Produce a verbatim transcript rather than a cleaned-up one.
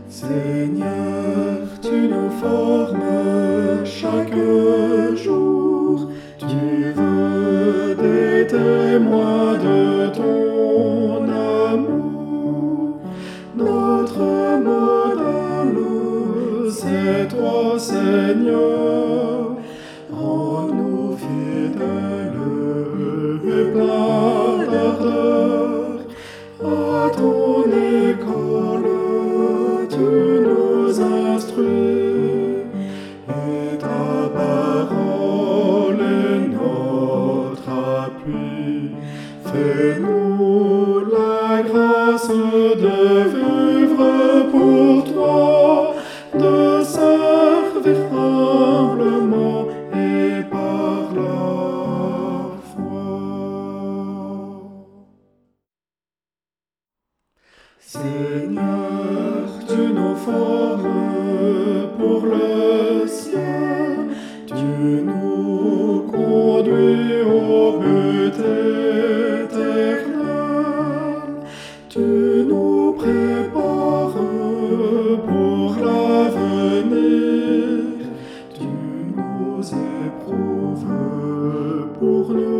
Seigneur, tu nous formes chaque jour, tu veux des témoins de ton amour. Notre modèle, c'est toi, Seigneur, rends-nous fidèles et pleins d'ardeur à ton école. Tu nous instruis, et ta parole est notre appui. Fais-nous la grâce de vivre pour toi, de servir humblement et par la foi. Seigneur, tu nous formes pour le ciel, tu nous conduis au but éternel, tu nous prépares pour l'avenir, tu nous éprouves pour nous